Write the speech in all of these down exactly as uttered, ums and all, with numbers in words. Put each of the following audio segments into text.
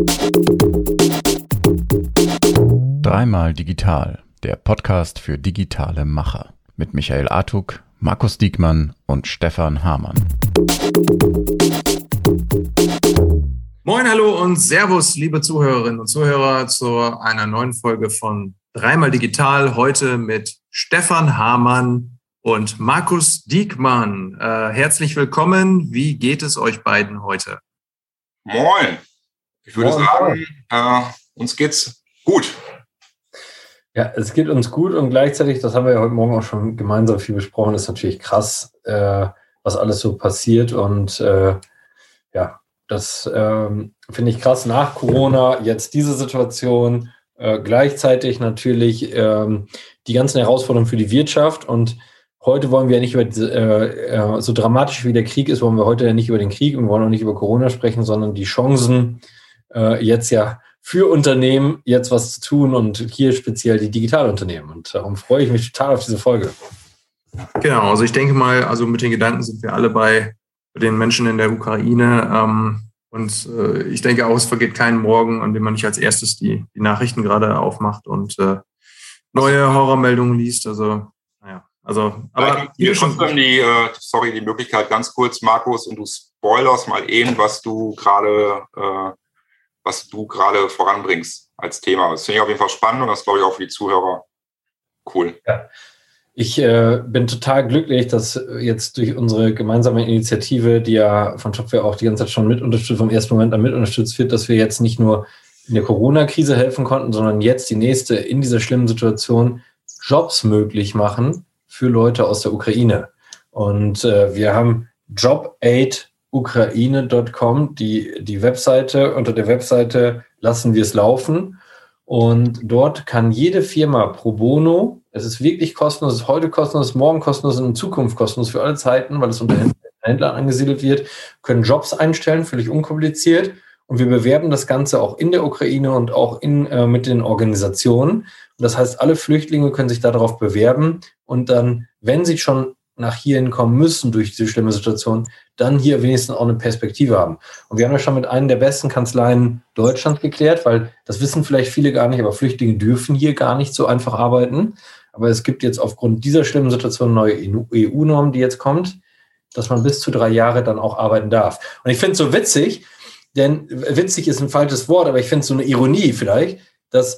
Dreimal digital, der Podcast für digitale Macher. Mit Michael Artuk, Markus Diekmann und Stefan Hamann. Moin, hallo und Servus, liebe Zuhörerinnen und Zuhörer, zu einer neuen Folge von Dreimal digital. Heute mit Stefan Hamann und Markus Diekmann. Äh, herzlich willkommen. Wie geht es euch beiden heute? Moin. Ich würde Moin, sagen, äh, uns geht's gut. Ja, es geht uns gut und gleichzeitig, das haben wir ja heute Morgen auch schon gemeinsam viel besprochen, ist natürlich krass, äh, was alles so passiert und äh, ja, das ähm, finde ich krass nach Corona, jetzt diese Situation, äh, gleichzeitig natürlich ähm, die ganzen Herausforderungen für die Wirtschaft und heute wollen wir ja nicht über diese, äh, so dramatisch wie der Krieg ist, wollen wir heute ja nicht über den Krieg und wir wollen auch nicht über Corona sprechen, sondern die Chancen äh, jetzt ja für Unternehmen jetzt was zu tun und hier speziell die Digitalunternehmen. Und darum freue ich mich total auf diese Folge. Genau, also ich denke mal, also mit den Gedanken sind wir alle bei den Menschen in der Ukraine. Ähm, und äh, ich denke auch, es vergeht kein Morgen, an dem man nicht als erstes die, die Nachrichten gerade aufmacht und äh, neue Horrormeldungen liest. Also, naja, also, aber wir trotzdem die, äh, sorry, die Möglichkeit ganz kurz, Markus, und du spoilerst mal eben, was du gerade äh, was du gerade voranbringst als Thema. Das finde ich auf jeden Fall spannend und das glaube ich auch für die Zuhörer cool. Ja. Ich äh, bin total glücklich, dass jetzt durch unsere gemeinsame Initiative, die ja von Shopware auch die ganze Zeit schon mit unterstützt, vom ersten Moment an mit unterstützt wird, dass wir jetzt nicht nur in der Corona-Krise helfen konnten, sondern jetzt die nächste in dieser schlimmen Situation Jobs möglich machen für Leute aus der Ukraine. Und äh, wir haben JobAid Ukraine Punkt com, die, die Webseite. Unter der Webseite lassen wir es laufen. Und dort kann jede Firma pro bono, es ist wirklich kostenlos, es ist heute kostenlos, es ist morgen kostenlos und in Zukunft kostenlos für alle Zeiten, weil es unter Händlern angesiedelt wird, können Jobs einstellen, völlig unkompliziert. Und wir bewerben das Ganze auch in der Ukraine und auch in, äh, mit den Organisationen. Und das heißt, alle Flüchtlinge können sich darauf bewerben und dann, wenn sie schon nach hierhin kommen müssen durch diese schlimme Situation, dann hier wenigstens auch eine Perspektive haben. Und wir haben ja schon mit einer der besten Kanzleien Deutschlands geklärt, weil das wissen vielleicht viele gar nicht, aber Flüchtlinge dürfen hier gar nicht so einfach arbeiten. Aber es gibt jetzt aufgrund dieser schlimmen Situation eine neue E U-Norm, die jetzt kommt, dass man bis zu drei Jahre dann auch arbeiten darf. Und ich finde es so witzig, denn witzig ist ein falsches Wort, aber ich finde es so eine Ironie vielleicht, dass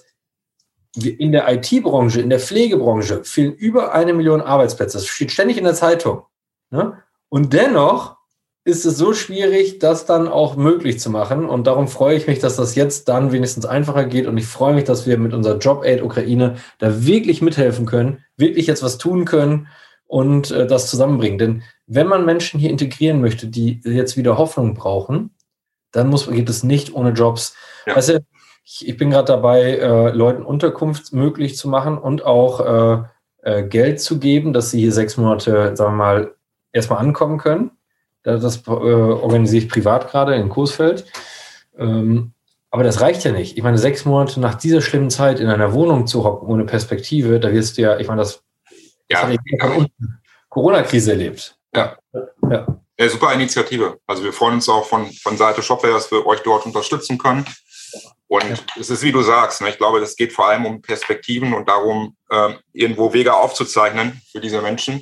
in der I T-Branche, in der Pflegebranche fehlen über eine Million Arbeitsplätze. Das steht ständig in der Zeitung. Ne? Und dennoch ist es so schwierig, das dann auch möglich zu machen. Und darum freue ich mich, dass das jetzt dann wenigstens einfacher geht. Und ich freue mich, dass wir mit unserer JobAid Ukraine da wirklich mithelfen können, wirklich jetzt was tun können und äh, das zusammenbringen. Denn wenn man Menschen hier integrieren möchte, die jetzt wieder Hoffnung brauchen, dann muss, geht es nicht ohne Jobs. Ja. Weißt du, ich, ich bin gerade dabei, äh, Leuten Unterkunft möglich zu machen und auch äh, äh, Geld zu geben, dass sie hier sechs Monate, sagen wir mal, erstmal ankommen können. Das äh, organisiere ich privat gerade in Coesfeld. Ähm, aber das reicht ja nicht. Ich meine, sechs Monate nach dieser schlimmen Zeit in einer Wohnung zu hocken, ohne Perspektive, da wirst du ja, ich meine, das, das ja, hat ich von unten Corona-Krise erlebt. Ja. Ja. Ja, super Initiative. Also wir freuen uns auch von, von Seite Shopware, dass wir euch dort unterstützen können. Und ja. Es ist, wie du sagst, ne, ich glaube, es geht vor allem um Perspektiven und darum, äh, irgendwo Wege aufzuzeichnen für diese Menschen.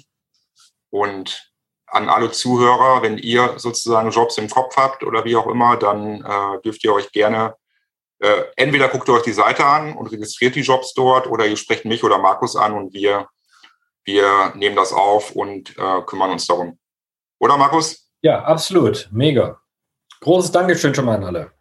Und an alle Zuhörer, wenn ihr sozusagen Jobs im Kopf habt oder wie auch immer, dann äh, dürft ihr euch gerne, äh, entweder guckt ihr euch die Seite an und registriert die Jobs dort oder ihr sprecht mich oder Markus an und wir, wir nehmen das auf und äh, kümmern uns darum. Oder, Markus? Ja, absolut. Mega. Großes Dankeschön schon mal an alle.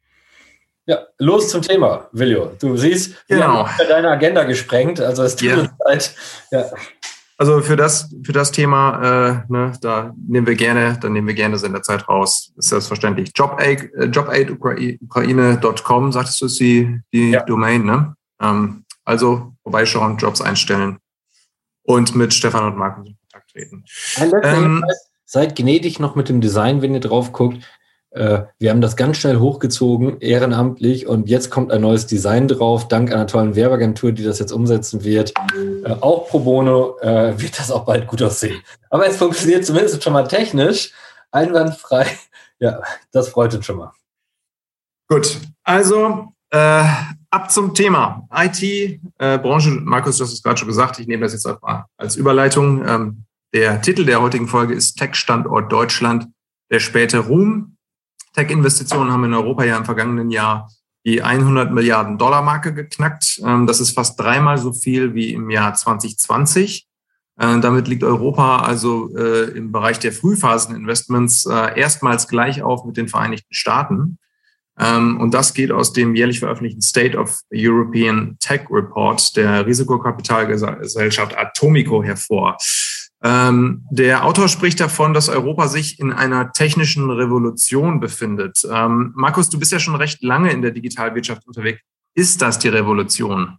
Ja, los zum Thema, Viljo. Du siehst, wir genau. haben deine Agenda gesprengt, also es tut yeah. uns leid. Ja. Also für das, für das Thema, äh, ne, da nehmen wir gerne, dann nehmen wir gerne Senderzeit raus. Ist selbstverständlich. JobAid, äh, JobAid Ukraine Punkt com, sagtest du, ist die, die ja. Domain, ne? Ähm, also vorbeischauen, Jobs einstellen und mit Stefan und Markus in Kontakt treten. Ähm, Seid gnädig noch mit dem Design, wenn ihr drauf guckt. Äh, wir haben das ganz schnell hochgezogen, ehrenamtlich, und jetzt kommt ein neues Design drauf, dank einer tollen Werbeagentur, die das jetzt umsetzen wird. Äh, auch pro bono äh, wird das auch bald gut aussehen. Aber es funktioniert zumindest schon mal technisch einwandfrei. Ja, das freut uns schon mal. Gut, Also, äh, ab zum Thema I T-Branche. Äh, Markus, du hast es gerade schon gesagt, ich nehme das jetzt auch mal als Überleitung. Ähm, der Titel der heutigen Folge ist Tech-Standort Deutschland, der späte Ruhm. Tech-Investitionen haben in Europa ja im vergangenen Jahr die hundert Milliarden Dollar Marke geknackt. Ähm, das ist fast dreimal so viel wie im Jahr zwanzig zwanzig. Äh, damit liegt Europa also äh, im Bereich der Frühphasen-Investments äh, erstmals gleich auf mit den Vereinigten Staaten. Ähm, und das geht aus dem jährlich veröffentlichten State of European Tech Report der Risikokapitalgesellschaft Atomico hervor. Ähm, der Autor spricht davon, dass Europa sich in einer technischen Revolution befindet. Ähm, Markus, du bist ja schon recht lange in der Digitalwirtschaft unterwegs. Ist das die Revolution?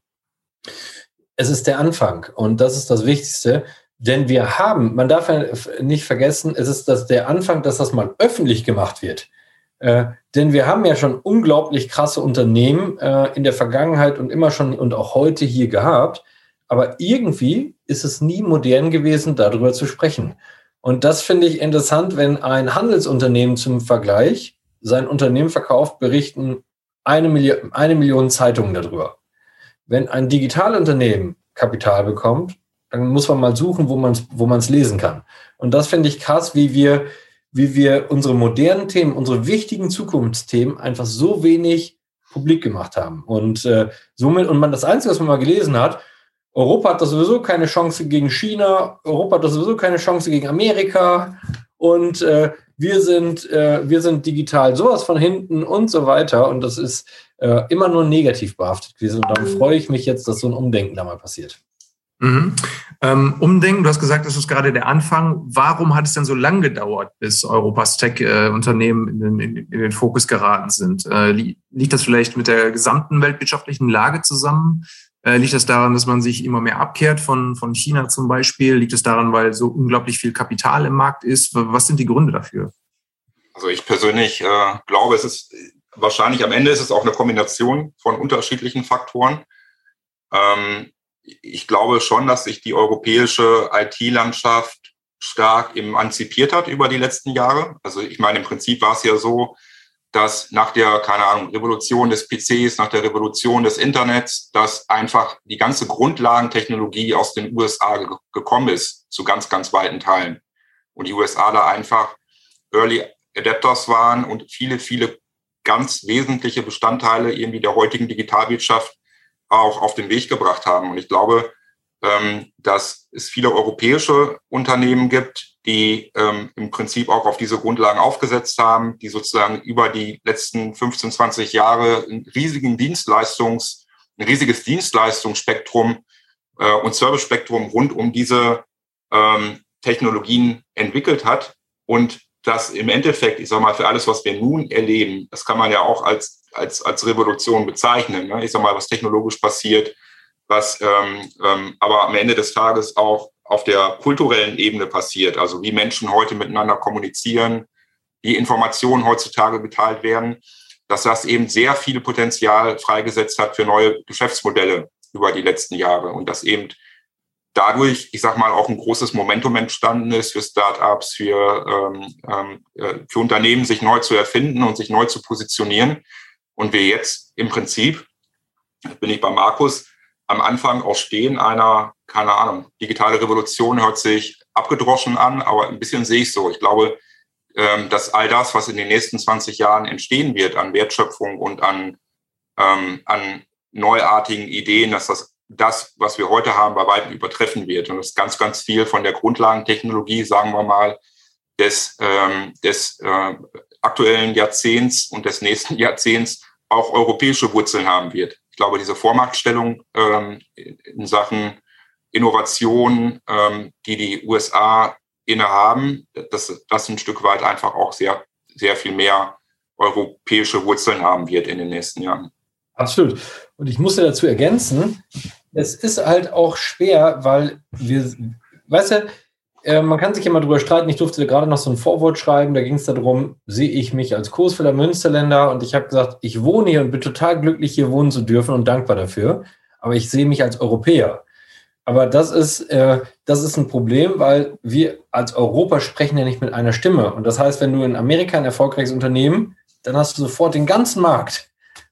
Es ist der Anfang und das ist das Wichtigste, denn wir haben, man darf nicht vergessen, es ist das, der Anfang, dass das mal öffentlich gemacht wird. Äh, denn wir haben ja schon unglaublich krasse Unternehmen äh, in der Vergangenheit und immer schon und auch heute hier gehabt. Aber irgendwie ist es nie modern gewesen, darüber zu sprechen. Und das finde ich interessant, wenn ein Handelsunternehmen zum Vergleich sein Unternehmen verkauft, berichten eine Million, eine Million Zeitungen darüber. Wenn ein Digitalunternehmen Kapital bekommt, dann muss man mal suchen, wo man es wo man es lesen kann. Und das finde ich krass, wie wir, wie wir unsere modernen Themen, unsere wichtigen Zukunftsthemen einfach so wenig publik gemacht haben. Und äh, somit, und man das Einzige, was man mal gelesen hat, Europa hat das sowieso keine Chance gegen China, Europa hat das sowieso keine Chance gegen Amerika und äh, wir sind äh, wir sind digital sowas von hinten und so weiter und das ist äh, immer nur negativ behaftet gewesen und darum freue ich mich jetzt, dass so ein Umdenken da mal passiert. Mhm. Ähm, Umdenken, du hast gesagt, das ist gerade der Anfang. Warum hat es denn so lange gedauert, bis Europas Tech-Unternehmen in den, in, in den Fokus geraten sind? Äh, li- liegt das vielleicht mit der gesamten weltwirtschaftlichen Lage zusammen? Äh, liegt das daran, dass man sich immer mehr abkehrt von, von China zum Beispiel? Liegt es daran, weil so unglaublich viel Kapital im Markt ist? Was sind die Gründe dafür? Also ich persönlich äh, glaube, es ist wahrscheinlich am Ende ist es auch eine Kombination von unterschiedlichen Faktoren. Ähm, ich glaube schon, dass sich die europäische I T-Landschaft stark emanzipiert hat über die letzten Jahre. Also ich meine, im Prinzip war es ja so, dass nach der, keine Ahnung, Revolution des P Cs, nach der Revolution des Internets, dass einfach die ganze Grundlagentechnologie aus den U S A ge- gekommen ist, zu ganz, ganz weiten Teilen. Und die U S A da einfach Early Adapters waren und viele, viele ganz wesentliche Bestandteile irgendwie der heutigen Digitalwirtschaft auch auf den Weg gebracht haben. Und ich glaube, ähm, dass es viele europäische Unternehmen gibt, die ähm, im Prinzip auch auf diese Grundlagen aufgesetzt haben, die sozusagen über die letzten fünfzehn, zwanzig Jahre einen riesigen Dienstleistungs, ein riesiges Dienstleistungsspektrum äh, und Servicespektrum rund um diese ähm, Technologien entwickelt hat. Und das im Endeffekt, ich sage mal, für alles, was wir nun erleben, das kann man ja auch als als als Revolution bezeichnen. Ne? Ich sage mal, was technologisch passiert, was ähm, ähm, aber am Ende des Tages auch auf der kulturellen Ebene passiert. Also wie Menschen heute miteinander kommunizieren, wie Informationen heutzutage geteilt werden, dass das eben sehr viel Potenzial freigesetzt hat für neue Geschäftsmodelle über die letzten Jahre und dass eben dadurch, ich sag mal, auch ein großes Momentum entstanden ist für Startups, für, ähm, äh, für Unternehmen, sich neu zu erfinden und sich neu zu positionieren. Und wir jetzt im Prinzip, bin ich bei Markus, am Anfang auch stehen einer, keine Ahnung, digitale Revolution hört sich abgedroschen an, aber ein bisschen sehe ich so. Ich glaube, ähm, dass all das, was in den nächsten zwanzig Jahren entstehen wird an Wertschöpfung und an, ähm, an neuartigen Ideen, dass das das, was wir heute haben, bei weitem übertreffen wird. Und das ist ganz, ganz viel von der Grundlagentechnologie, sagen wir mal, des, ähm, des äh, aktuellen Jahrzehnts und des nächsten Jahrzehnts auch europäische Wurzeln haben wird. Ich glaube, diese Vormachtstellung ähm, in Sachen Innovation, ähm, die die U S A innehaben, dass das ein Stück weit einfach auch sehr, sehr viel mehr europäische Wurzeln haben wird in den nächsten Jahren. Absolut. Und ich muss ja dazu ergänzen, es ist halt auch schwer, weil wir, weißt du, äh, man kann sich immer drüber streiten. Ich durfte gerade noch so ein Vorwort schreiben, da ging es darum, sehe ich mich als Coesfelder Münsterländer und ich habe gesagt, ich wohne hier und bin total glücklich, hier wohnen zu dürfen und dankbar dafür, aber ich sehe mich als Europäer. Aber das ist, äh, das ist ein Problem, weil wir als Europa sprechen ja nicht mit einer Stimme. Und das heißt, wenn du in Amerika ein erfolgreiches Unternehmen, dann hast du sofort den ganzen Markt.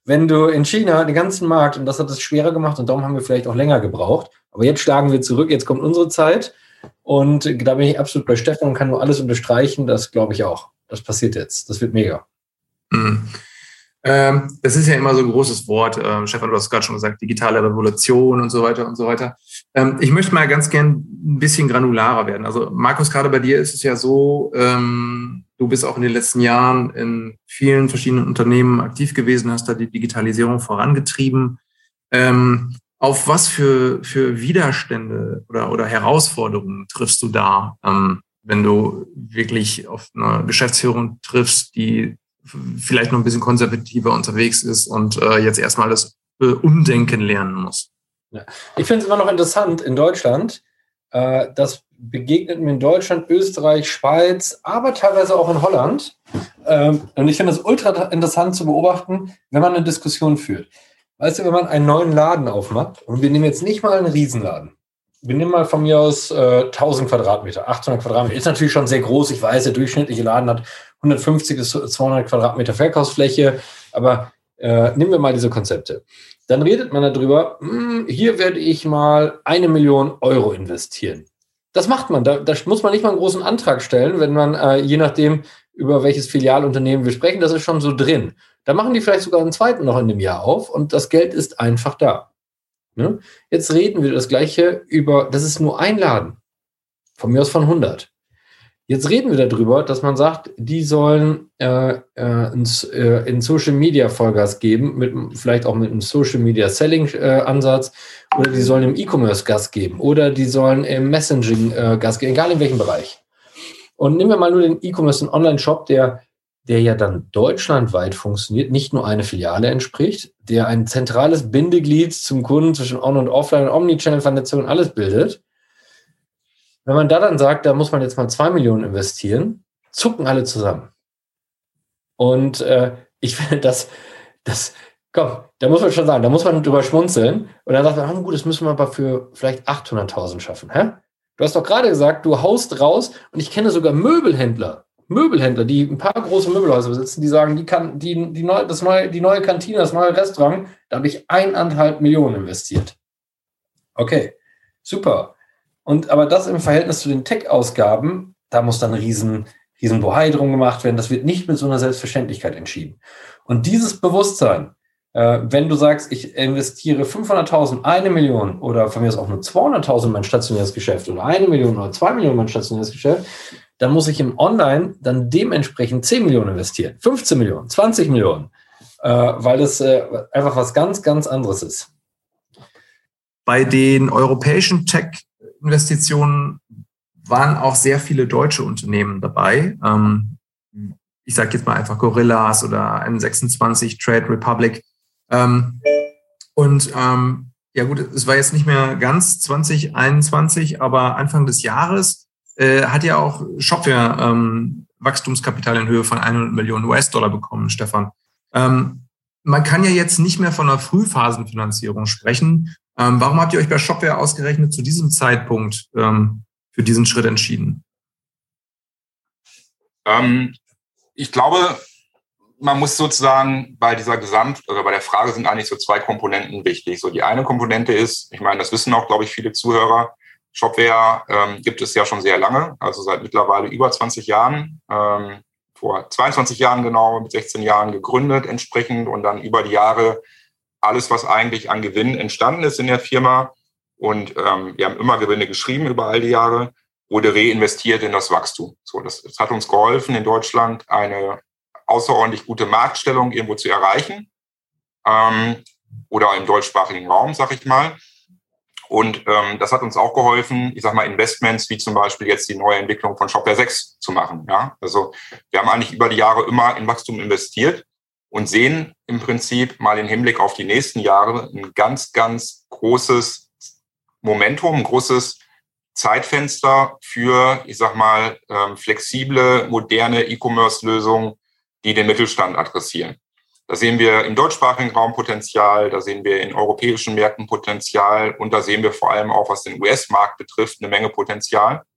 wenn du in China den ganzen Markt, und das hat es schwerer gemacht und darum haben wir vielleicht auch länger gebraucht, aber jetzt schlagen wir zurück, jetzt kommt unsere Zeit und da bin ich absolut bei Stefan und kann nur alles unterstreichen, das glaube ich auch. Das passiert jetzt, das wird mega. Mhm. Ähm, das ist ja immer so ein großes Wort. Ähm, Stefan, du hast gerade schon gesagt, digitale Revolution und so weiter und so weiter. Ähm, ich möchte mal ganz gern ein bisschen granularer werden. Also Markus, gerade bei dir ist es ja so, ähm, du bist auch in den letzten Jahren in vielen verschiedenen Unternehmen aktiv gewesen, hast da die Digitalisierung vorangetrieben. Ähm, auf was für, für Widerstände oder, oder Herausforderungen triffst du da, ähm, wenn du wirklich auf eine Geschäftsführung triffst, die vielleicht noch ein bisschen konservativer unterwegs ist und äh, jetzt erstmal das äh, Umdenken lernen muss. Ja. Ich finde es immer noch interessant in Deutschland, äh, das begegnet mir in Deutschland, Österreich, Schweiz, aber teilweise auch in Holland. Ähm, und ich finde es ultra interessant zu beobachten, wenn man eine Diskussion führt. Weißt du, wenn man einen neuen Laden aufmacht, und wir nehmen jetzt nicht mal einen Riesenladen, wir nehmen mal von mir aus äh, tausend Quadratmeter, achthundert Quadratmeter, ist natürlich schon sehr groß, ich weiß, der durchschnittliche Laden hat hundertfünfzig bis zweihundert Quadratmeter Verkaufsfläche, aber äh, nehmen wir mal diese Konzepte. Dann redet man darüber, mh, hier werde ich mal eine Million Euro investieren. Das macht man, da, da muss man nicht mal einen großen Antrag stellen, wenn man, äh, je nachdem, über welches Filialunternehmen wir sprechen, das ist schon so drin. Da machen die vielleicht sogar einen zweiten noch in dem Jahr auf und das Geld ist einfach da. Ne? Jetzt reden wir das Gleiche über, das ist nur ein Laden, von mir aus von hundert. Jetzt reden wir darüber, dass man sagt, die sollen äh, äh, ins, äh, in Social Media Vollgas geben, mit, vielleicht auch mit einem Social Media Selling äh, Ansatz, oder die sollen im E-Commerce Gas geben, oder die sollen im Messaging äh, Gas geben, egal in welchem Bereich. Und nehmen wir mal nur den E-Commerce, den Online-Shop, der, der ja dann deutschlandweit funktioniert, nicht nur eine Filiale entspricht, der ein zentrales Bindeglied zum Kunden zwischen On- und Offline- und Omnichannel-Vernetzung und alles bildet. Wenn man da dann sagt, da muss man jetzt mal zwei Millionen investieren, zucken alle zusammen. Und äh, ich finde, das, das, komm, da muss man schon sagen, da muss man drüber schmunzeln. Und dann sagt man, oh, gut, das müssen wir aber für vielleicht achthunderttausend schaffen. Hä? Du hast doch gerade gesagt, du haust raus, und ich kenne sogar Möbelhändler, Möbelhändler, die ein paar große Möbelhäuser besitzen, die sagen, die, kann, die, die, neue, das neue, die neue Kantine, das neue Restaurant, da habe ich eineinhalb Millionen investiert. Okay, super. Und aber das im Verhältnis zu den Tech-Ausgaben, da muss dann ein riesen, riesen Bohai drum gemacht werden. Das wird nicht mit so einer Selbstverständlichkeit entschieden. Und dieses Bewusstsein, äh, wenn du sagst, ich investiere fünfhunderttausend, eine Million oder von mir aus auch nur zweihunderttausend in mein stationäres Geschäft oder eine Million oder zwei Millionen in mein stationäres Geschäft, dann muss ich im Online dann dementsprechend zehn Millionen investieren, fünfzehn Millionen, zwanzig Millionen, äh, weil das äh, einfach was ganz, ganz anderes ist. Bei den europäischen Tech Investitionen waren auch sehr viele deutsche Unternehmen dabei. Ähm, ich sage jetzt mal einfach Gorillas oder N sechsundzwanzig, Trade Republic. Ähm, und ähm, ja gut, es war jetzt nicht mehr ganz zwanzig einundzwanzig, aber Anfang des Jahres äh, hat ja auch Shopware ähm, Wachstumskapital in Höhe von hundert Millionen U S-Dollar bekommen, Stefan. Ähm, man kann ja jetzt nicht mehr von einer Frühphasenfinanzierung sprechen. Ähm, warum habt ihr euch bei Shopware ausgerechnet zu diesem Zeitpunkt ähm, für diesen Schritt entschieden? Ähm, ich glaube, man muss sozusagen bei dieser Gesamt, also bei der Frage sind eigentlich so zwei Komponenten wichtig. So die eine Komponente ist, ich meine, das wissen auch, glaube ich, viele Zuhörer, Shopware ähm, gibt es ja schon sehr lange, also seit mittlerweile über zwanzig Jahren, ähm, vor zweiundzwanzig Jahren genau, mit sechzehn Jahren gegründet entsprechend und dann über die Jahre alles, was eigentlich an Gewinn entstanden ist in der Firma, und ähm, wir haben immer Gewinne geschrieben über all die Jahre, wurde reinvestiert in das Wachstum. So, das, das hat uns geholfen, in Deutschland eine außerordentlich gute Marktstellung irgendwo zu erreichen, ähm, oder im deutschsprachigen Raum, sag ich mal. Und ähm, das hat uns auch geholfen, ich sag mal, Investments wie zum Beispiel jetzt die neue Entwicklung von Shopware sechs zu machen. Ja? Also wir haben eigentlich über die Jahre immer in Wachstum investiert und sehen im Prinzip mal im Hinblick auf die nächsten Jahre ein ganz, ganz großes Momentum, ein großes Zeitfenster für, ich sag mal, ähm, flexible, moderne E-Commerce-Lösungen, die den Mittelstand adressieren. Da sehen wir im deutschsprachigen Raum Potenzial, da sehen wir in europäischen Märkten Potenzial und da sehen wir vor allem auch, was den U S-Markt betrifft, eine Menge Potenzial.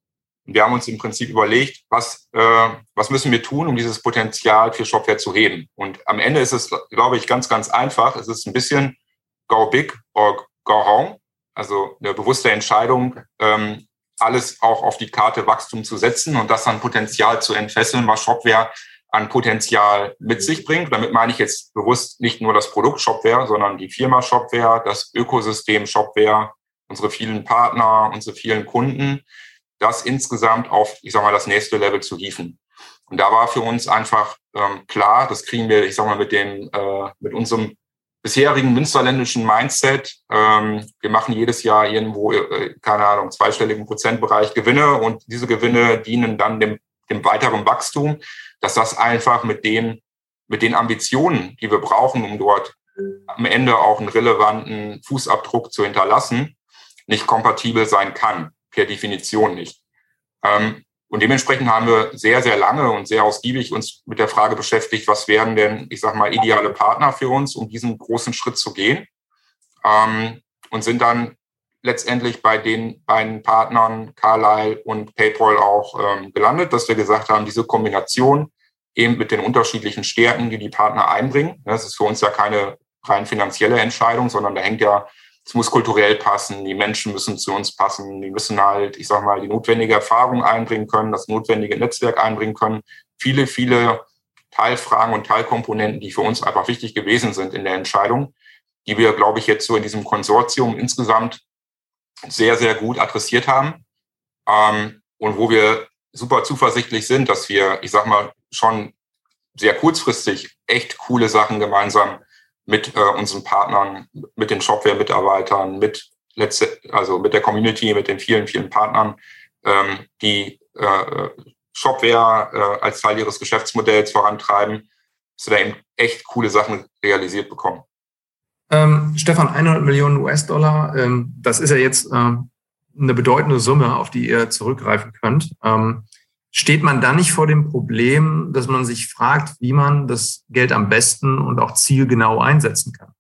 Und wir haben uns im Prinzip überlegt, was, äh, was müssen wir tun, um dieses Potenzial für Shopware zu heben. Und am Ende ist es, glaube ich, ganz, ganz einfach. Es ist ein bisschen go big or go home. Also eine bewusste Entscheidung, ähm, alles auch auf die Karte Wachstum zu setzen und das an Potenzial zu entfesseln, was Shopware an Potenzial mit sich bringt. Damit meine ich jetzt bewusst nicht nur das Produkt Shopware, sondern die Firma Shopware, das Ökosystem Shopware, unsere vielen Partner, unsere vielen Kunden, das insgesamt auf, ich sag mal, das nächste Level zu hieven. Und da war für uns einfach ähm, klar, das kriegen wir, ich sag mal, mit dem, äh, mit unserem bisherigen münsterländischen Mindset. Ähm, wir machen jedes Jahr irgendwo, äh, keine Ahnung, zweistelligen Prozentbereich Gewinne und diese Gewinne dienen dann dem, dem weiteren Wachstum, dass das einfach mit den, mit den Ambitionen, die wir brauchen, um dort am Ende auch einen relevanten Fußabdruck zu hinterlassen, nicht kompatibel sein kann. Per Definition nicht. Ähm, und dementsprechend haben wir sehr, sehr lange und sehr ausgiebig uns mit der Frage beschäftigt, was wären denn, ich sag mal, ideale Partner für uns, um diesen großen Schritt zu gehen. Ähm, und sind dann letztendlich bei den beiden Partnern Carlyle und PayPal auch ähm, gelandet, dass wir gesagt haben, diese Kombination eben mit den unterschiedlichen Stärken, die die Partner einbringen. Das ist für uns ja keine rein finanzielle Entscheidung, sondern da hängt ja, es muss kulturell passen, die Menschen müssen zu uns passen, die müssen halt, ich sag mal, die notwendige Erfahrung einbringen können, das notwendige Netzwerk einbringen können. Viele, viele Teilfragen und Teilkomponenten, die für uns einfach wichtig gewesen sind in der Entscheidung, die wir, glaube ich, jetzt so in diesem Konsortium insgesamt sehr, sehr gut adressiert haben. Ähm, und wo wir super zuversichtlich sind, dass wir, ich sag mal, schon sehr kurzfristig echt coole Sachen gemeinsam mit äh, unseren Partnern, mit den Shopware-Mitarbeitern, mit letzte, also mit der Community, mit den vielen, vielen Partnern, ähm, die äh, Shopware äh, als Teil ihres Geschäftsmodells vorantreiben, dass wir da eben echt coole Sachen realisiert bekommen. Ähm, Stefan, hundert Millionen U S-Dollar, ähm, das ist ja jetzt ähm, eine bedeutende Summe, auf die ihr zurückgreifen könnt. Ähm, Steht man da nicht vor dem Problem, dass man sich fragt, wie man das Geld am besten und auch zielgenau einsetzen kann?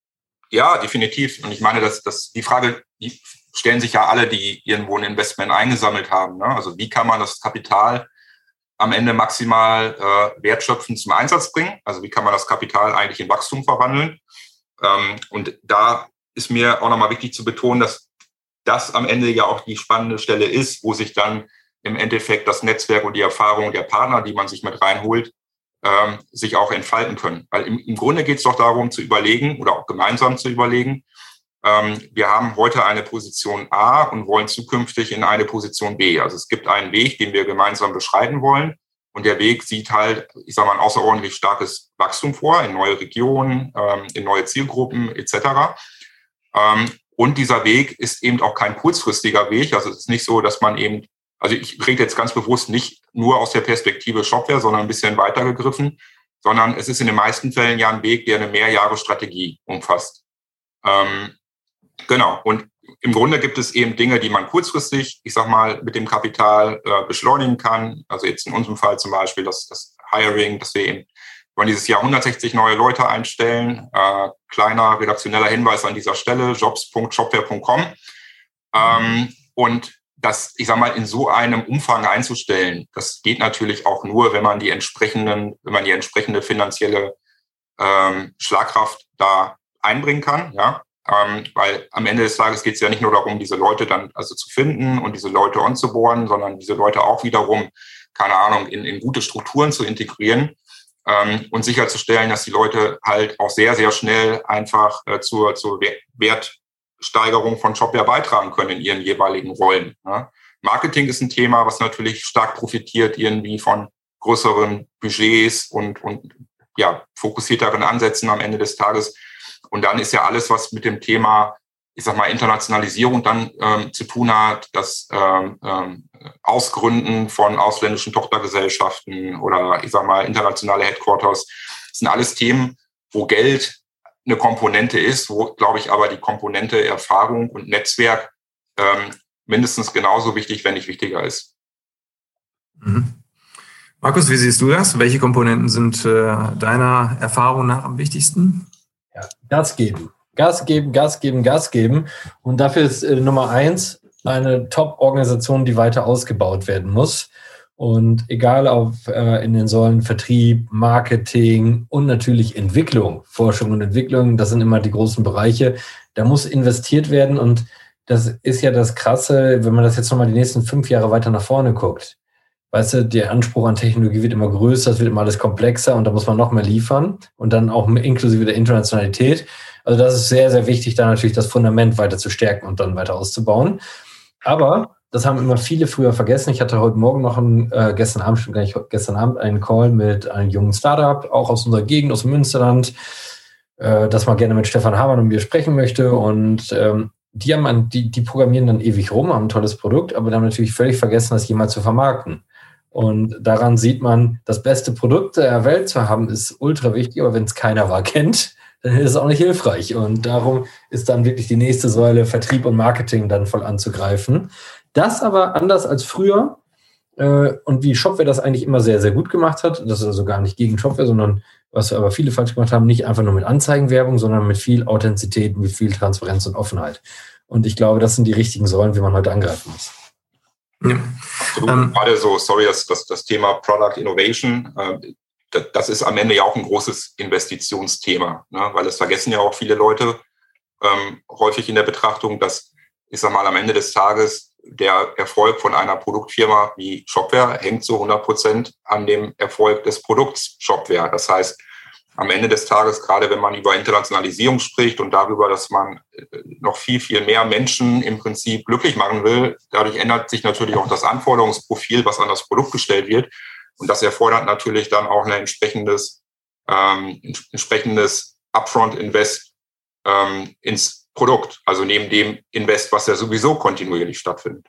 Ja, definitiv. Und ich meine, dass, dass die Frage, die stellen sich ja alle, die irgendwo ein Investment eingesammelt haben. Ne? Also wie kann man das Kapital am Ende maximal äh, wertschöpfend zum Einsatz bringen? Also wie kann man das Kapital eigentlich in Wachstum verwandeln? Ähm, und da ist mir auch nochmal wichtig zu betonen, dass das am Ende ja auch die spannende Stelle ist, wo sich dann im Endeffekt das Netzwerk und die Erfahrung der Partner, die man sich mit reinholt, ähm, sich auch entfalten können. Weil im, im Grunde geht es doch darum zu überlegen oder auch gemeinsam zu überlegen, ähm, wir haben heute eine Position A und wollen zukünftig in eine Position B. Also es gibt einen Weg, den wir gemeinsam beschreiten wollen. Und der Weg sieht halt, ich sage mal, ein außerordentlich starkes Wachstum vor, in neue Regionen, ähm, in neue Zielgruppen et cetera. Ähm, und dieser Weg ist eben auch kein kurzfristiger Weg. Also es ist nicht so, dass man eben Also ich rede jetzt ganz bewusst nicht nur aus der Perspektive Shopware, sondern ein bisschen weiter gegriffen, sondern es ist in den meisten Fällen ja ein Weg, der eine Mehrjahresstrategie umfasst. Ähm, genau. Und im Grunde gibt es eben Dinge, die man kurzfristig, ich sag mal, mit dem Kapital äh, beschleunigen kann. Also jetzt in unserem Fall zum Beispiel das, das Hiring, dass wir eben wollen dieses Jahr hundertsechzig neue Leute einstellen. Äh, kleiner redaktioneller Hinweis an dieser Stelle, jobs punkt shopware punkt com. Ähm, und das, ich sag mal, in so einem Umfang einzustellen, das geht natürlich auch nur, wenn man die entsprechenden, wenn man die entsprechende finanzielle ähm, Schlagkraft da einbringen kann, ja, ähm, weil am Ende des Tages geht es ja nicht nur darum, diese Leute dann also zu finden und diese Leute onzuboarden, sondern diese Leute auch wiederum, keine Ahnung, in, in gute Strukturen zu integrieren ähm, und sicherzustellen, dass die Leute halt auch sehr, sehr schnell einfach äh, zur, zur Wert Steigerung von Shopware beitragen können in ihren jeweiligen Rollen. Ne? Marketing ist ein Thema, was natürlich stark profitiert irgendwie von größeren Budgets und, und ja, fokussierteren Ansätzen am Ende des Tages. Und dann ist ja alles, was mit dem Thema, ich sag mal, Internationalisierung dann ähm, zu tun hat, das ähm, ähm, Ausgründen von ausländischen Tochtergesellschaften oder ich sag mal internationale Headquarters, das sind alles Themen, wo Geld eine Komponente ist, wo, glaube ich, aber die Komponente Erfahrung und Netzwerk ähm, mindestens genauso wichtig, wenn nicht wichtiger ist. Mhm. Markus, wie siehst du das? Welche Komponenten sind äh, deiner Erfahrung nach am wichtigsten? Ja, Gas geben. Gas geben, Gas geben, Gas geben. Und dafür ist äh, Nummer eins, eine Top-Organisation, die weiter ausgebaut werden muss. Und egal auf äh, in den Säulen Vertrieb, Marketing und natürlich Entwicklung, Forschung und Entwicklung, das sind immer die großen Bereiche. Da muss investiert werden und das ist ja das Krasse, wenn man das jetzt nochmal die nächsten fünf Jahre weiter nach vorne guckt. Weißt du, der Anspruch an Technologie wird immer größer, es wird immer alles komplexer und da muss man noch mehr liefern und dann auch inklusive der Internationalität. Also das ist sehr, sehr wichtig, da natürlich das Fundament weiter zu stärken und dann weiter auszubauen. Aber das haben immer viele früher vergessen. Ich hatte heute Morgen noch einen, äh, gestern Abend, schon gar nicht, gestern Abend einen Call mit einem jungen Startup, auch aus unserer Gegend, aus dem Münsterland, äh, das mal gerne mit Stefan Hamann und mir sprechen möchte. Und ähm, die haben ein, die, die programmieren dann ewig rum, haben ein tolles Produkt, aber dann natürlich völlig vergessen, das jemals zu vermarkten. Und daran sieht man, das beste Produkt der Welt zu haben, ist ultra wichtig, aber wenn es keiner wahr kennt, dann ist es auch nicht hilfreich. Und darum ist dann wirklich die nächste Säule Vertrieb und Marketing dann voll anzugreifen. Das aber anders als früher äh, und wie Shopware das eigentlich immer sehr, sehr gut gemacht hat, das ist also gar nicht gegen Shopware, sondern was aber viele falsch gemacht haben, nicht einfach nur mit Anzeigenwerbung, sondern mit viel Authentizität, mit viel Transparenz und Offenheit. Und ich glaube, das sind die richtigen Säulen, wie man heute angreifen muss. Ja. Ähm, Gerade so, sorry, das, das, das Thema Product Innovation, äh, das, das ist am Ende ja auch ein großes Investitionsthema, ne? Weil es vergessen ja auch viele Leute ähm, häufig in der Betrachtung, dass, ich sag mal, am Ende des Tages der Erfolg von einer Produktfirma wie Shopware hängt zu hundert Prozent an dem Erfolg des Produkts Shopware. Das heißt, am Ende des Tages, gerade wenn man über Internationalisierung spricht und darüber, dass man noch viel, viel mehr Menschen im Prinzip glücklich machen will, dadurch ändert sich natürlich auch das Anforderungsprofil, was an das Produkt gestellt wird. Und das erfordert natürlich dann auch ein entsprechendes, ähm, entsprechendes Upfront-Invest ähm, ins Produkt. Also neben dem Invest, was ja sowieso kontinuierlich stattfindet.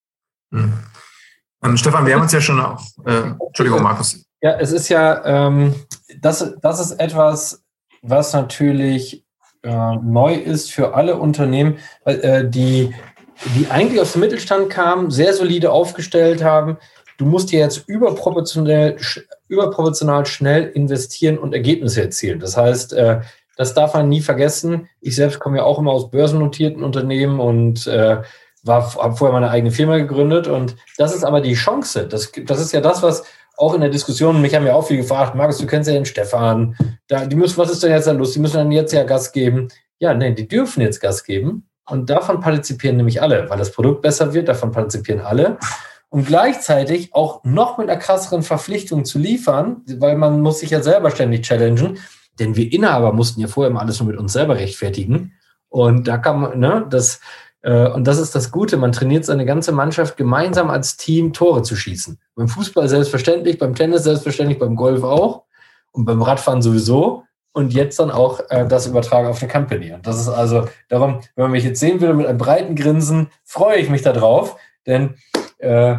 Hm. Ähm, Stefan, wir haben uns ja schon auch, äh, Entschuldigung, Markus. Ja, es ist ja, ähm, das, das ist etwas, was natürlich äh, neu ist für alle Unternehmen, äh, die, die eigentlich aus dem Mittelstand kamen, sehr solide aufgestellt haben. Du musst dir jetzt überproportional, überproportional schnell investieren und Ergebnisse erzielen. Das heißt, äh, das darf man nie vergessen. Ich selbst komme ja auch immer aus börsennotierten Unternehmen und äh, war, habe vorher meine eigene Firma gegründet. Und das ist aber die Chance. Das, das ist ja das, was auch in der Diskussion, mich haben ja auch viel gefragt, Markus, du kennst ja den Stefan, da, die müssen, was ist denn jetzt da los? Die müssen dann jetzt ja Gas geben. Ja, nein, die dürfen jetzt Gas geben. Und davon partizipieren nämlich alle, weil das Produkt besser wird, davon partizipieren alle. Und gleichzeitig auch noch mit einer krasseren Verpflichtung zu liefern, weil man muss sich ja selber ständig challengen, denn wir Inhaber mussten ja vorher immer alles nur mit uns selber rechtfertigen. Und da kann man, ne, das, äh, und das ist das Gute, man trainiert seine ganze Mannschaft gemeinsam als Team Tore zu schießen. Beim Fußball selbstverständlich, beim Tennis selbstverständlich, beim Golf auch und beim Radfahren sowieso. Und jetzt dann auch äh, das übertragen auf eine Company. Und das ist also darum, wenn man mich jetzt sehen würde mit einem breiten Grinsen, freue ich mich da drauf, denn Äh,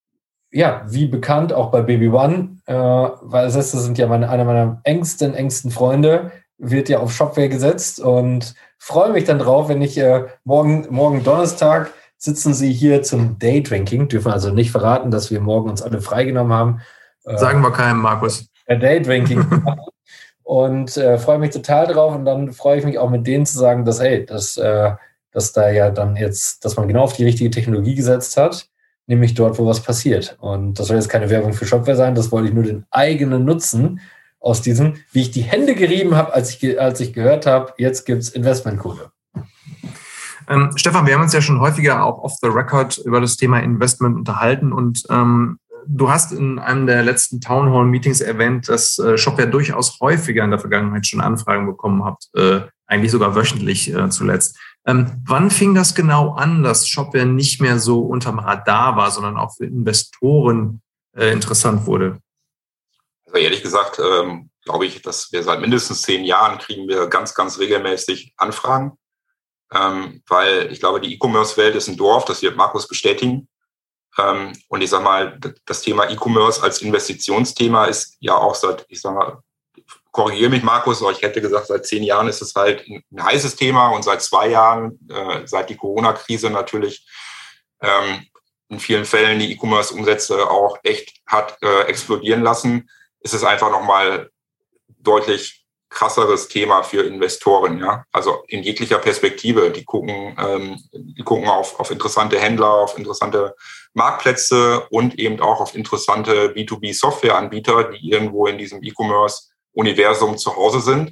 ja, wie bekannt, auch bei Baby One, äh, weil das sind ja meine, einer meiner engsten, engsten Freunde, wird ja auf Shopware gesetzt und freue mich dann drauf, wenn ich äh, morgen, morgen Donnerstag sitzen sie hier zum Daydrinking, dürfen also nicht verraten, dass wir morgen uns alle freigenommen haben. Äh, Sagen wir keinem, Markus. Daydrinking. Und äh, freue mich total drauf und dann freue ich mich auch mit denen zu sagen, dass, hey, dass, äh, dass da ja dann jetzt, dass man genau auf die richtige Technologie gesetzt hat, nämlich dort, wo was passiert. Und das soll jetzt keine Werbung für Shopware sein, das wollte ich nur den eigenen Nutzen aus diesem, wie ich die Hände gerieben habe, als ich, als ich gehört habe, jetzt gibt es Investmentkohle. Ähm, Stefan, wir haben uns ja schon häufiger auch off the record über das Thema Investment unterhalten und ähm, du hast in einem der letzten Town Hall Meetings erwähnt, dass äh, Shopware durchaus häufiger in der Vergangenheit schon Anfragen bekommen habt, äh, eigentlich sogar wöchentlich äh, zuletzt. Ähm, wann fing das genau an, dass Shopware nicht mehr so unterm Radar war, sondern auch für Investoren äh, interessant wurde? Also ehrlich gesagt, ähm, glaube ich, dass wir seit mindestens zehn Jahren kriegen wir ganz, ganz regelmäßig Anfragen, ähm, weil ich glaube, die E-Commerce-Welt ist ein Dorf, das wird Markus bestätigen. Ähm, und ich sag mal, das Thema E-Commerce als Investitionsthema ist ja auch seit, ich sag mal, korrigiere mich, Markus, aber ich hätte gesagt, seit zehn Jahren ist es halt ein heißes Thema und seit zwei Jahren, äh, seit die Corona-Krise natürlich ähm, in vielen Fällen die E-Commerce-Umsätze auch echt hat äh, explodieren lassen, ist es einfach nochmal deutlich krasseres Thema für Investoren, ja. Also in jeglicher Perspektive. Die gucken, ähm, die gucken auf, auf interessante Händler, auf interessante Marktplätze und eben auch auf interessante B zwei B Softwareanbieter, die irgendwo in diesem E-Commerce-Universum zu Hause sind.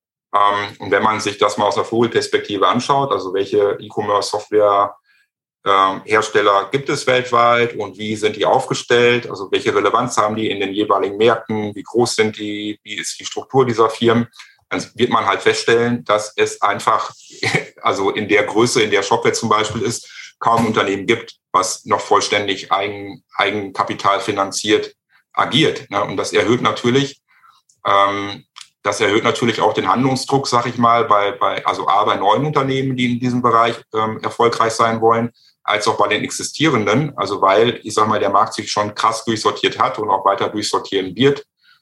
Ähm, und wenn man sich das mal aus einer Vogelperspektive anschaut, also welche E-Commerce-Software Hersteller gibt es weltweit und wie sind die aufgestellt? Also welche Relevanz haben die in den jeweiligen Märkten? Wie groß sind die? Wie ist die Struktur dieser Firmen? Dann wird man halt feststellen, dass es einfach, also in der Größe, in der Shopware zum Beispiel ist, kaum ein Unternehmen gibt, was noch vollständig eigen, Eigenkapital finanziert agiert. Und das erhöht natürlich, ähm, das erhöht natürlich auch den Handlungsdruck, sag ich mal, bei, bei also A, bei neuen Unternehmen, die in diesem Bereich ähm, erfolgreich sein wollen, als auch bei den existierenden. Also weil, ich sag mal, der Markt sich schon krass durchsortiert hat und auch weiter durchsortieren wird.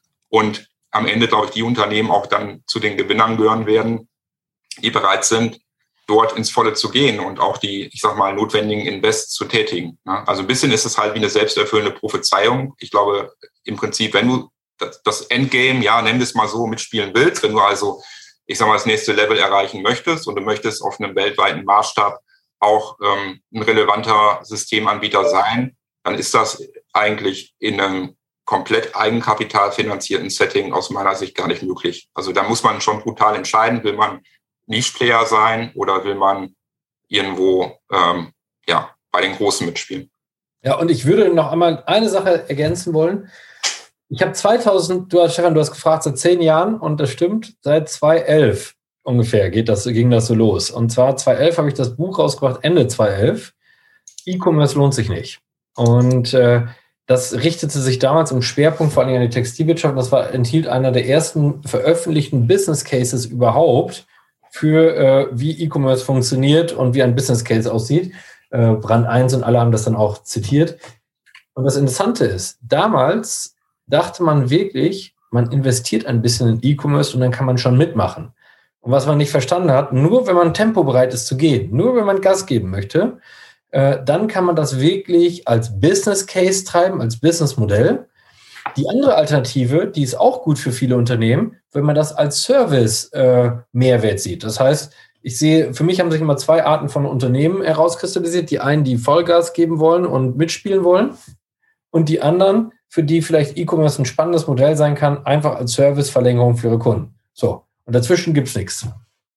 Und am Ende, glaube ich, die Unternehmen auch dann zu den Gewinnern gehören werden, die bereit sind, dort ins Volle zu gehen und auch die, ich sag mal, notwendigen Invests zu tätigen. Also ein bisschen ist es halt wie eine selbsterfüllende Prophezeiung. Ich glaube, im Prinzip, wenn du das Endgame, ja, nenn es mal so, mitspielen willst, wenn du also, ich sag mal, das nächste Level erreichen möchtest und du möchtest auf einem weltweiten Maßstab auch ähm, ein relevanter Systemanbieter sein, dann ist das eigentlich in einem komplett eigenkapitalfinanzierten Setting aus meiner Sicht gar nicht möglich. Also da muss man schon brutal entscheiden, will man Niche-Player sein oder will man irgendwo ähm, ja, bei den Großen mitspielen. Ja, und ich würde noch einmal eine Sache ergänzen wollen. Ich habe zweitausend, du hast, Stefan, du hast gefragt, seit zehn Jahren, und das stimmt, seit zweitausendelf ungefähr geht das, ging das so los. Und zwar zweitausendelf habe ich das Buch rausgebracht, Ende zweitausendelf. E-Commerce lohnt sich nicht. Und äh, das richtete sich damals im Schwerpunkt vor allem an die Textilwirtschaft. Das war, enthielt einer der ersten veröffentlichten Business Cases überhaupt für, äh, wie E-Commerce funktioniert und wie ein Business Case aussieht. Äh, Brand eins und alle haben das dann auch zitiert. Und das Interessante ist, damals dachte man wirklich, man investiert ein bisschen in E-Commerce und dann kann man schon mitmachen. Und was man nicht verstanden hat, nur wenn man tempobereit ist zu gehen, nur wenn man Gas geben möchte, äh, dann kann man das wirklich als Business Case treiben, als Businessmodell. Die andere Alternative, die ist auch gut für viele Unternehmen, wenn man das als Service äh, Mehrwert sieht. Das heißt, ich sehe, für mich haben sich immer zwei Arten von Unternehmen herauskristallisiert. Die einen, die Vollgas geben wollen und mitspielen wollen, und die anderen, für die vielleicht E-Commerce ein spannendes Modell sein kann, einfach als Serviceverlängerung für ihre Kunden. So. Und dazwischen gibt es nichts.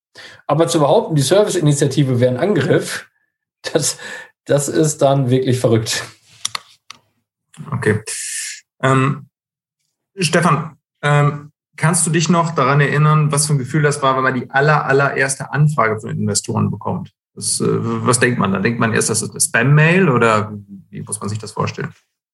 Aber zu behaupten, die Serviceinitiative wäre ein Angriff, das, das ist dann wirklich verrückt. Okay. Ähm, Stefan, ähm, kannst du dich noch daran erinnern, was für ein Gefühl das war, wenn man die aller, allererste Anfrage von Investoren bekommt? Das, äh, was denkt man da? Denkt man erst, das ist eine Spam-Mail oder wie muss man sich das vorstellen?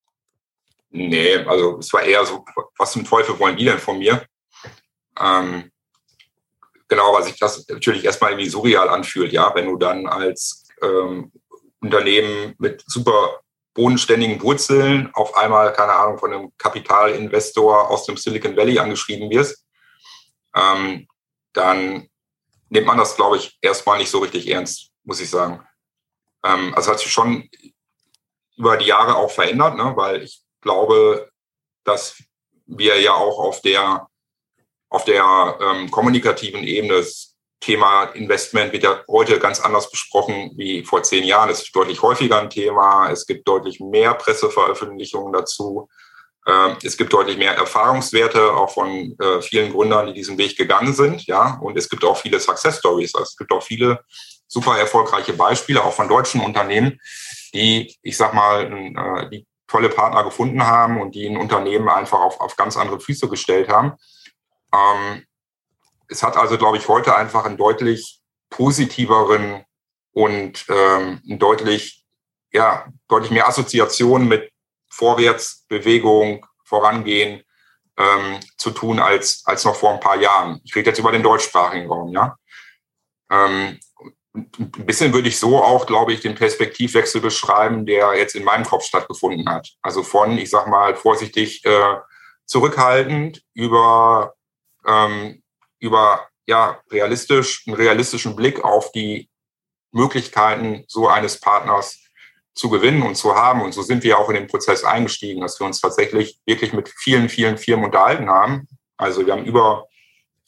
Nee, also es war eher so, was zum Teufel wollen die denn von mir? Ähm, genau, weil sich das natürlich erstmal irgendwie surreal anfühlt, ja, wenn du dann als ähm, Unternehmen mit super bodenständigen Wurzeln auf einmal, keine Ahnung, von einem Kapitalinvestor aus dem Silicon Valley angeschrieben wirst, ähm, dann nimmt man das, glaube ich, erstmal nicht so richtig ernst, muss ich sagen. Ähm, also hat sich schon über die Jahre auch verändert, ne, weil ich glaube, dass wir ja auch auf der auf der ähm, kommunikativen Ebene, das Thema Investment wird ja heute ganz anders besprochen wie vor zehn Jahren. Es ist deutlich häufiger ein Thema. Es gibt deutlich mehr Presseveröffentlichungen dazu. Ähm, es gibt deutlich mehr Erfahrungswerte auch von äh, vielen Gründern, die diesen Weg gegangen sind. Ja, und es gibt auch viele Success Stories. Also es gibt auch viele super erfolgreiche Beispiele auch von deutschen Unternehmen, die, ich sag mal, äh, die tolle Partner gefunden haben und die ein Unternehmen einfach auf, auf ganz andere Füße gestellt haben. Ähm, es hat also, glaube ich, heute einfach einen deutlich positiveren und ähm, einen deutlich, ja, deutlich mehr Assoziationen mit Vorwärtsbewegung, Vorangehen ähm, zu tun als, als noch vor ein paar Jahren. Ich rede jetzt über den deutschsprachigen Raum, ja. Ähm, Ein bisschen würde ich so auch, glaube ich, den Perspektivwechsel beschreiben, der jetzt in meinem Kopf stattgefunden hat. Also von, ich sag mal, vorsichtig äh, zurückhaltend über, ähm, über ja, realistisch, einen realistischen Blick auf die Möglichkeiten so eines Partners zu gewinnen und zu haben. Und so sind wir auch in den Prozess eingestiegen, dass wir uns tatsächlich wirklich mit vielen, vielen Firmen unterhalten haben. Also wir haben über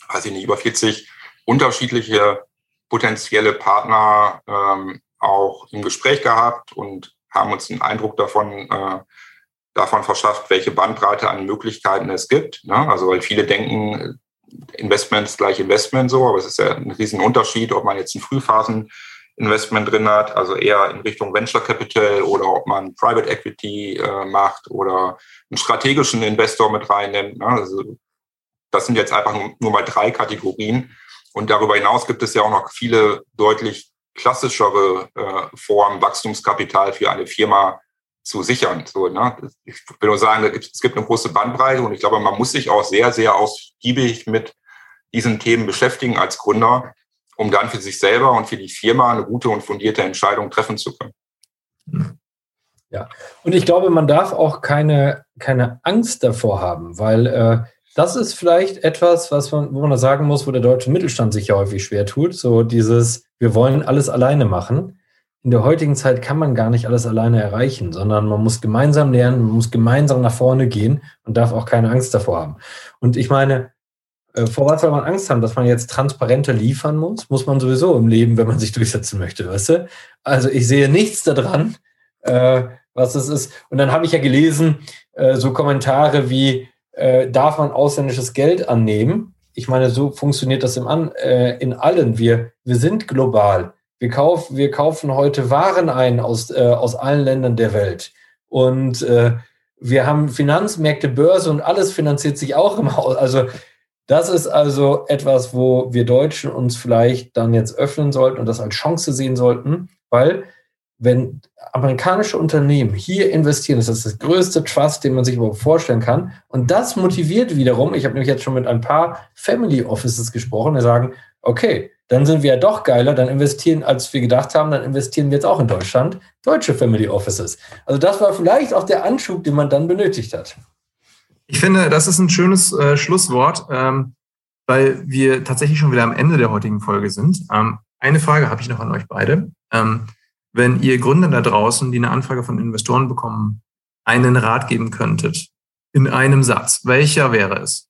weiß ich nicht, über vierzig unterschiedliche potenzielle Partner ähm, auch im Gespräch gehabt und haben uns einen Eindruck davon, äh, davon verschafft, welche Bandbreite an Möglichkeiten es gibt. Ne? Also weil viele denken, Investment ist gleich Investment so, aber es ist ja ein riesen Unterschied, ob man jetzt ein Frühphasen-Investment drin hat, also eher in Richtung Venture Capital oder ob man Private Equity äh, macht oder einen strategischen Investor mit reinnimmt. Ne? Also das sind jetzt einfach nur, nur mal drei Kategorien. Und darüber hinaus gibt es ja auch noch viele deutlich klassischere äh, Formen, Wachstumskapital für eine Firma zu sichern. So, ne? Ich will nur sagen, es gibt eine große Bandbreite und ich glaube, man muss sich auch sehr, sehr ausgiebig mit diesen Themen beschäftigen als Gründer, um dann für sich selber und für die Firma eine gute und fundierte Entscheidung treffen zu können. Ja, und ich glaube, man darf auch keine, keine Angst davor haben, weil äh, das ist vielleicht etwas, was man, wo man da sagen muss, wo der deutsche Mittelstand sich ja häufig schwer tut. So dieses, wir wollen alles alleine machen. In der heutigen Zeit kann man gar nicht alles alleine erreichen, sondern man muss gemeinsam lernen, man muss gemeinsam nach vorne gehen und darf auch keine Angst davor haben. Und ich meine, vor was soll man Angst haben, dass man jetzt transparenter liefern muss? Muss man sowieso im Leben, wenn man sich durchsetzen möchte, weißt du? Also ich sehe nichts daran, äh, was es ist. Und dann habe ich ja gelesen, äh, so Kommentare wie, Äh, darf man ausländisches Geld annehmen? Ich meine, so funktioniert das im An, äh, in allen. Wir, wir sind global. Wir, kauf, wir kaufen heute Waren ein aus, äh, aus allen Ländern der Welt. Und äh, wir haben Finanzmärkte, Börse und alles finanziert sich auch im Haus. Also das ist also etwas, wo wir Deutschen uns vielleicht dann jetzt öffnen sollten und das als Chance sehen sollten, weil wenn amerikanische Unternehmen hier investieren, das ist das größte Trust, den man sich überhaupt vorstellen kann. Und das motiviert wiederum, ich habe nämlich jetzt schon mit ein paar Family Offices gesprochen, die sagen, okay, dann sind wir ja doch geiler, dann investieren, als wir gedacht haben, dann investieren wir jetzt auch in Deutschland, deutsche Family Offices. Also das war vielleicht auch der Anschub, den man dann benötigt hat. Ich finde, das ist ein schönes äh, Schlusswort, ähm, weil wir tatsächlich schon wieder am Ende der heutigen Folge sind. Ähm, eine Frage habe ich noch an euch beide. Ähm, Wenn ihr Gründer da draußen, die eine Anfrage von Investoren bekommen, einen Rat geben könntet, in einem Satz, welcher wäre es?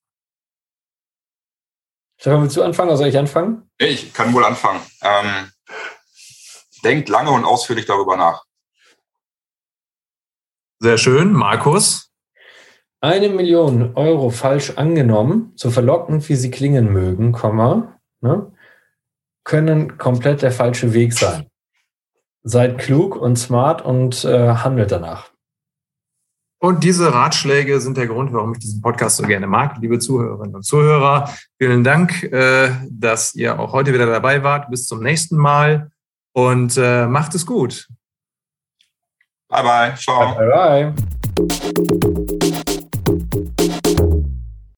Stefan, willst du anfangen oder soll ich anfangen? Ich kann wohl anfangen. Ähm, denkt lange und ausführlich darüber nach. Sehr schön. Markus? Eine Million Euro falsch angenommen, so verlockend wie sie klingen mögen, Komma, ne, können komplett der falsche Weg sein. Seid klug und smart und äh, handelt danach. Und diese Ratschläge sind der Grund, warum ich diesen Podcast so gerne mag. Liebe Zuhörerinnen und Zuhörer, vielen Dank, äh, dass ihr auch heute wieder dabei wart. Bis zum nächsten Mal und äh, macht es gut. Bye, bye. Ciao. Bye, bye.